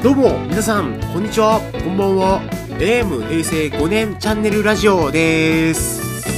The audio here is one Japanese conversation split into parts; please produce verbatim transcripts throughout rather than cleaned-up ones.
どうも皆さんこんにちは、こんばんは。エーエム 平成ごねんチャンネルラジオです。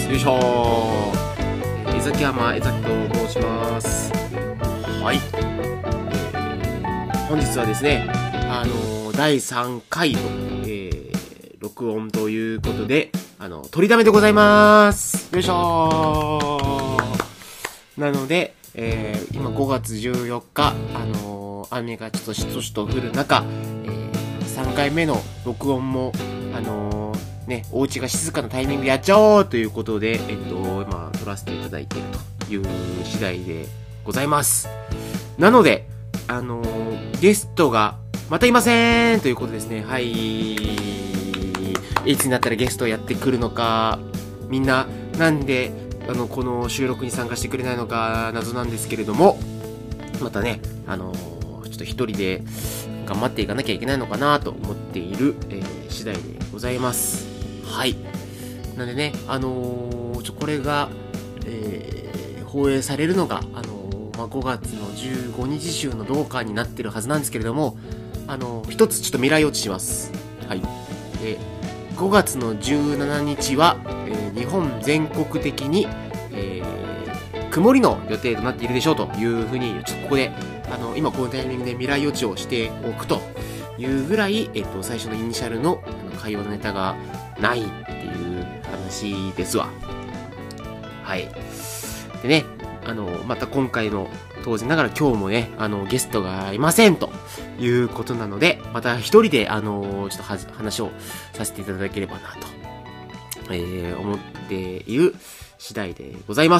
よいしょー。江崎山江崎と申します。はい、えー、本日はですね、あのー、だいさんかいの、えー、録音ということで、あの取りだめでございます。よいしょー。なので、えー、今ごがつじゅうよっか、あのー雨がちょっとしとしと降る中、えー、さんかいめの録音も、あのー、ね、お家が静かなタイミングでやっちゃおうということで、えっと、今、撮らせていただいているという次第でございます。なので、あのー、ゲストがまたいませんということですね。はい。いつになったらゲストやってくるのか、みんな、なんで、あの、この収録に参加してくれないのか、謎なんですけれども、またね、あのー、ちょっと一人で頑張っていかなきゃいけないのかなと思っている、えー、次第でございます。はい。なんでね、あのー、ちょこれが、えー、放映されるのが、あのーまあ、ごがつのじゅうごにち週のどうかになってるはずなんですけれども、あのー、一つちょっと未来予知します。はい。で、ごがつのじゅうしちにちは、えー、日本全国的に、えー、曇りの予定となっているでしょうというふうに、ちょっとここで、あの、今このタイミングで未来予知をしておくというぐらい、えっと、最初のイニシャルの、あの会話のネタがないっていう話ですわ。はい。でね、あの、また今回の当然ながら今日もね、あの、ゲストがいませんということなので、また一人で、あの、ちょっとは話をさせていただければなと、えー、思っている次第でございます。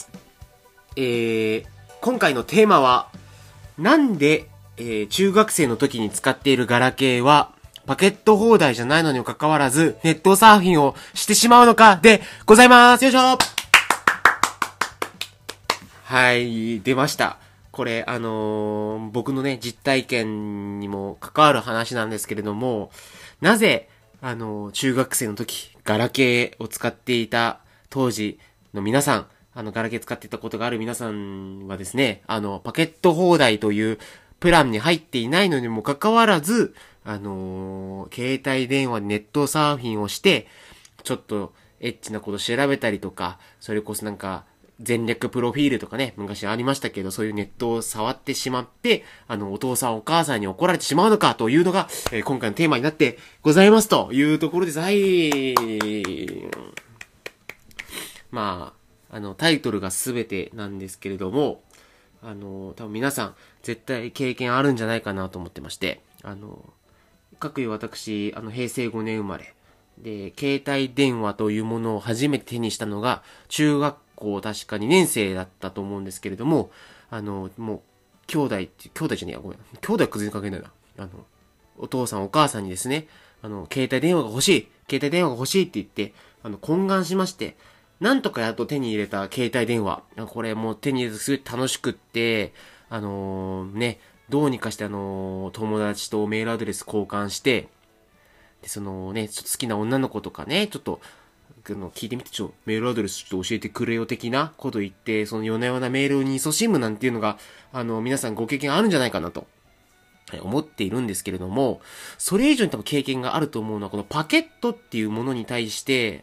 えー、今回のテーマは、なんで、えー、中学生の時に使っているガラケーは、パケット放題じゃないのにもかかわらず、ネットサーフィンをしてしまうのかでございます。よいしょ。はい、出ました。これ、あのー、僕のね、実体験にも関わる話なんですけれども、なぜ、あのー、中学生の時、ガラケーを使っていた当時の皆さん、あの、ガラケー使っていたことがある皆さんはですね、あの、パケット放題というプランに入っていないのにもかかわらず、あのー、携帯電話でネットサーフィンをして、ちょっとエッチなこと調べたりとか、それこそなんか、全略プロフィールとかね、昔ありましたけど、そういうネットを触ってしまって、あの、お父さんお母さんに怒られてしまうのかというのが、えー、今回のテーマになってございますというところです。はい。まあ、あの、タイトルが全てなんですけれども、あの、多分皆さん、絶対経験あるんじゃないかなと思ってまして、あの、各いう私、あの、平成ごねん生まれ、で、携帯電話というものを初めて手にしたのが、中学校確かにねん生だったと思うんですけれども、あの、もう、兄弟って、兄弟じゃねえや、ごめん。兄弟は全然関係ないな。あの、お父さんお母さんにですね、あの、携帯電話が欲しい、携帯電話が欲しいって言って、あの、懇願しまして、なんとかやっと手に入れた携帯電話。これもう手に入れてすごい楽しくって、あのー、ね、どうにかしてあのー、友達とメールアドレス交換して、で、そのね、ちょっと好きな女の子とかね、ちょっと、あの、聞いてみて、ちょ、メールアドレスちょっと教えてくれよ的なこと言って、その夜な夜なメールに勤しむなんていうのが、あの、皆さんご経験あるんじゃないかなと。思っているんですけれども、それ以上に多分経験があると思うのは、このパケットっていうものに対して、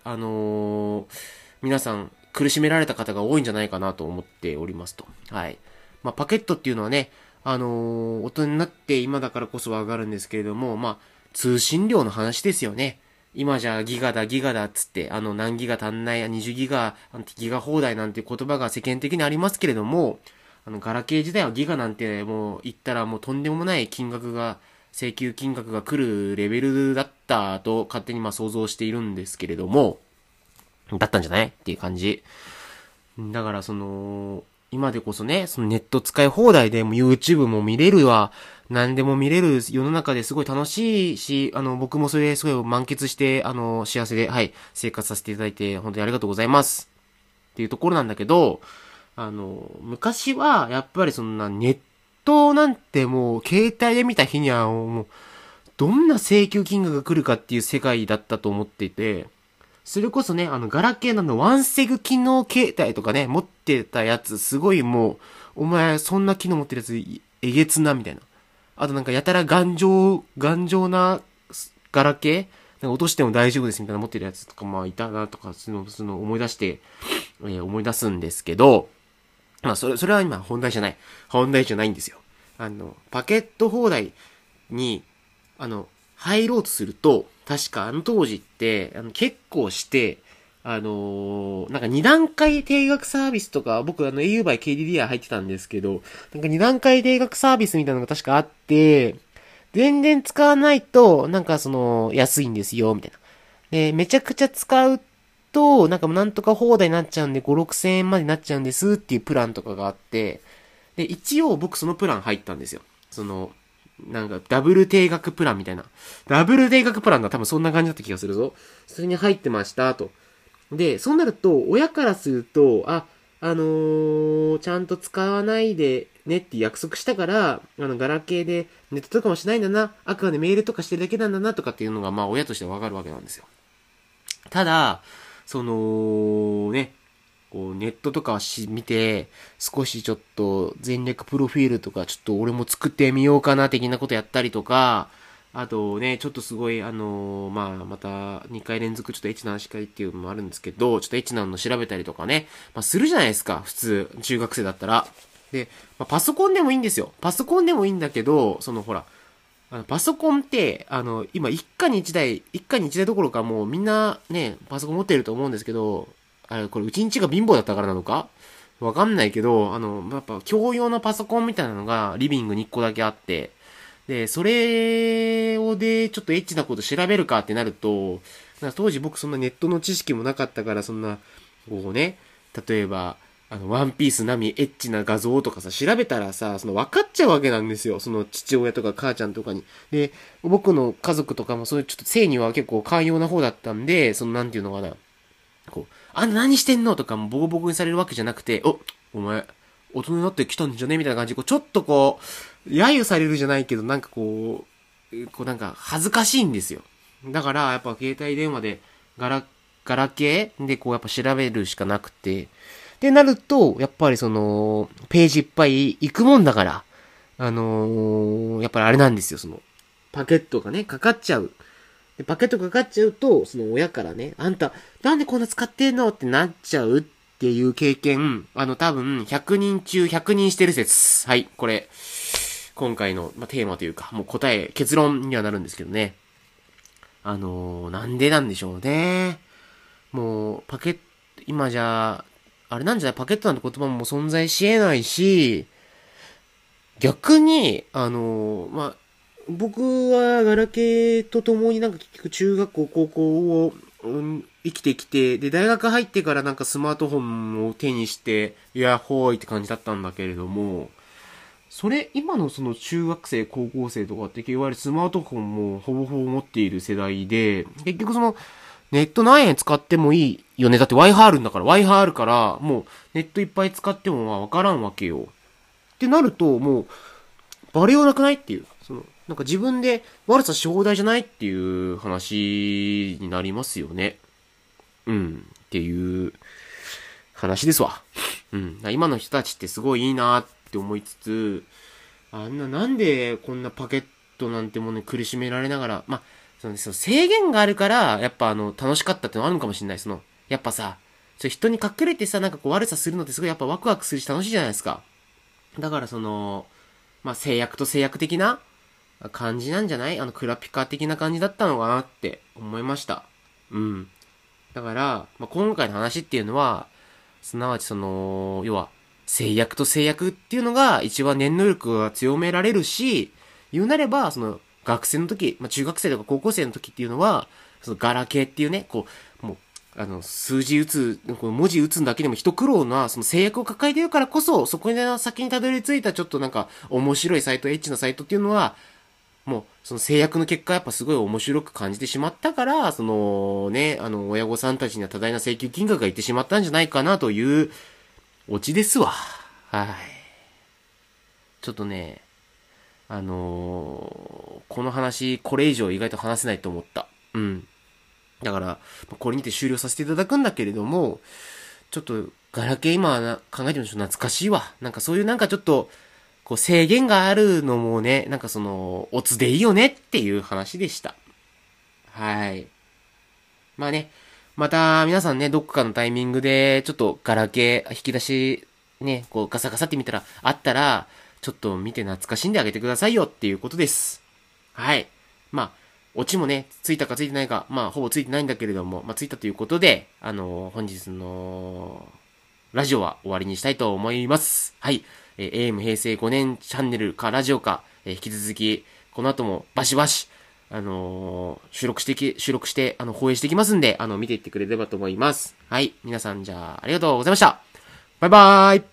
あのー、皆さん苦しめられた方が多いんじゃないかなと思っておりますと。はい。まあ、パケットっていうのはね、あのー、大人になって今だからこそわかるんですけれども、まあ、通信量の話ですよね。今じゃギガだギガだっつって、あの何ギガ足んない、にじゅうギガ、ギガ放題なんて言葉が世間的にありますけれども、あの、ガラケー時代はギガなんてもう言ったらもうとんでもない金額が、請求金額が来るレベルだったと勝手にまあ想像しているんですけれども、だったんじゃないっていう感じ。だからその、今でこそね、そのネット使い放題でも YouTube も見れるわ、何でも見れる世の中ですごい楽しいし、あの、僕もそれすごい満喫して、あの、幸せで、はい、生活させていただいて本当にありがとうございます。っていうところなんだけど、あの、昔は、やっぱりそんなネットなんてもう、携帯で見た日にはもう、どんな請求金額が来るかっていう世界だったと思っていて、それこそね、あの、ガラケーなのワンセグ機能携帯とかね、持ってたやつ、すごいもう、お前、そんな機能持ってるやつ、えげつな、みたいな。 あとなんかやたら頑丈、頑丈なガラケーなんか落としても大丈夫ですみたいな持ってるやつとかまあいたなとか、その、その思い出して、えー、思い出すんですけど、まあそれ、それは今本題じゃない。本題じゃないんですよ。あの、パケット放題に、あの、入ろうとすると、確かあの当時って、あの結構して、あのー、なんかに段階定額サービスとか、僕あの au by ケーディーディーアイ 入ってたんですけど、なんかに段階定額サービスみたいなのが確かあって、全然使わないと、なんかその、安いんですよ、みたいな。で、めちゃくちゃ使うと、なんかなんとか放題になっちゃうんで、ご、ろくせんえんまでになっちゃうんですっていうプランとかがあって、で、一応僕そのプラン入ったんですよ。その、なんかダブル定額プランみたいな。ダブル定額プランが多分そんな感じだった気がするぞ。それに入ってました、と。で、そうなると、親からすると、あ、あのー、ちゃんと使わないでねって約束したから、あの、ガラケーでネットとかもしないんだな、あくまでメールとかしてるだけなんだなとかっていうのが、まあ、親としてわかるわけなんですよ。ただ、その、ね、こう、ネットとかし、見て、少しちょっと、全略プロフィールとか、ちょっと俺も作ってみようかな、的なことやったりとか、あとね、ちょっとすごい、あのー、まあ、また、にかい連続ちょっとエッチな話会っていうのもあるんですけど、ちょっとエッチなの調べたりとかね、まあ、するじゃないですか、普通、中学生だったら。で、まあ、パソコンでもいいんですよ。パソコンでもいいんだけど、そのほら、あのパソコンって、あの、今、一家に一台、一家に一台どころかもうみんなね、パソコン持ってると思うんですけど、あれ、これ、うちんちが貧乏だったからなのかわかんないけど、あの、やっぱ、共用のパソコンみたいなのが、リビングにいっこだけあって、で、それをで、ちょっとエッチなこと調べるかってなると、当時僕そんなネットの知識もなかったから、そんな、こうね、例えば、あの、ワンピース並みエッチな画像とかさ、調べたらさ、その分かっちゃうわけなんですよ。その父親とか母ちゃんとかに。で、僕の家族とかもそういうちょっと性には結構寛容な方だったんで、そのなんていうのかな。こう、あんな何してんのとかもボコボコにされるわけじゃなくて、お、お前、大人になってきたんじゃねみたいな感じで、こう、ちょっとこう、揶揄されるじゃないけど、なんかこう、こうなんか恥ずかしいんですよ。だから、やっぱ携帯電話で、ガラ、ガラケーでこうやっぱ調べるしかなくて、でなると、やっぱりその、ページいっぱい行くもんだから、あのー、やっぱりあれなんですよ、その、パケットがね、かかっちゃう。でパケットかかっちゃうと、その親からね、あんた、なんでこんな使ってんのってなっちゃうっていう経験、あの多分、ひゃくにん中ひゃくにんしてる説。はい、これ、今回の、まあ、テーマというか、もう答え、結論にはなるんですけどね。あのー、なんでなんでしょうね。もう、パケット、今じゃ、あれなんじゃないパケットなんて言葉も存在し得ないし、逆に、あのー、まあ、僕はガラケーと共になんか結局中学校、高校を、うん、生きてきて、で、大学入ってからなんかスマートフォンを手にして、いや、ほーいって感じだったんだけれども、それ、今のその中学生、高校生とかって、いわゆるスマートフォンもほぼほぼ持っている世代で、結局その、ネット何円使ってもいいよね。だって Wi-Fi あるんだから、Wi-Fi あるから、もうネットいっぱい使ってもわからんわけよ。ってなると、もう、バレようなくないっていう。その、なんか自分で悪さし放題じゃないっていう話になりますよね。うん。っていう話ですわ。うん。今の人たちってすごいいいなって思いつつ、あんな、なんでこんなパケットなんてものに苦しめられながら、まあ、その制限があるから、やっぱあの、楽しかったってのあるのかもしれない。その、やっぱさ、そ人に隠れてさ、なんかこう悪さするのってすごいやっぱワクワクするし楽しいじゃないですか。だからその、まあ、制約と制約的な感じなんじゃないあの、クラピカ的な感じだったのかなって思いました。うん。だから、まあ、今回の話っていうのは、すなわちその、要は、制約と制約っていうのが一番念能力が強められるし、言うなれば、その、学生の時、まあ、中学生とか高校生の時っていうのは、そのガラケーっていうね、こう、もう、あの、数字打つ、こう文字打つだけでも一苦労な、その制約を抱えているからこそ、そこに先にたどり着いたちょっとなんか、面白いサイト、エッチなサイトっていうのは、もう、その制約の結果、やっぱすごい面白く感じてしまったから、そのね、あの、親御さんたちには多大な請求金額がいってしまったんじゃないかなという、オチですわ。はい。ちょっとね、あのー、この話、これ以上意外と話せないと思った。うん。だから、これにて終了させていただくんだけれども、ちょっと、ガラケー今考えてみると懐かしいわ。なんかそういうなんかちょっと、 こう制限があるのもね、なんかその、オツでいいよねっていう話でした。はい。まあね、また皆さんね、どっかのタイミングで、ちょっとガラケー引き出し、ね、こうガサガサって見たら、あったら、ちょっと見て懐かしんであげてくださいよっていうことです。はい。まあ、オチもね、ついたかついてないか、まあ、ほぼついてないんだけれども、まあ、ついたということで、あのー本日の、ラジオは終わりにしたいと思います。はい。えー、エーエム 平成ごねんチャンネルかラジオか、えー引き続き、この後もバシバシ、あのー収録してき、収録して、あの、放映していきますんで、あの、見ていってくれればと思います。はい。皆さん、じゃあ、ありがとうございました。バイバーイ。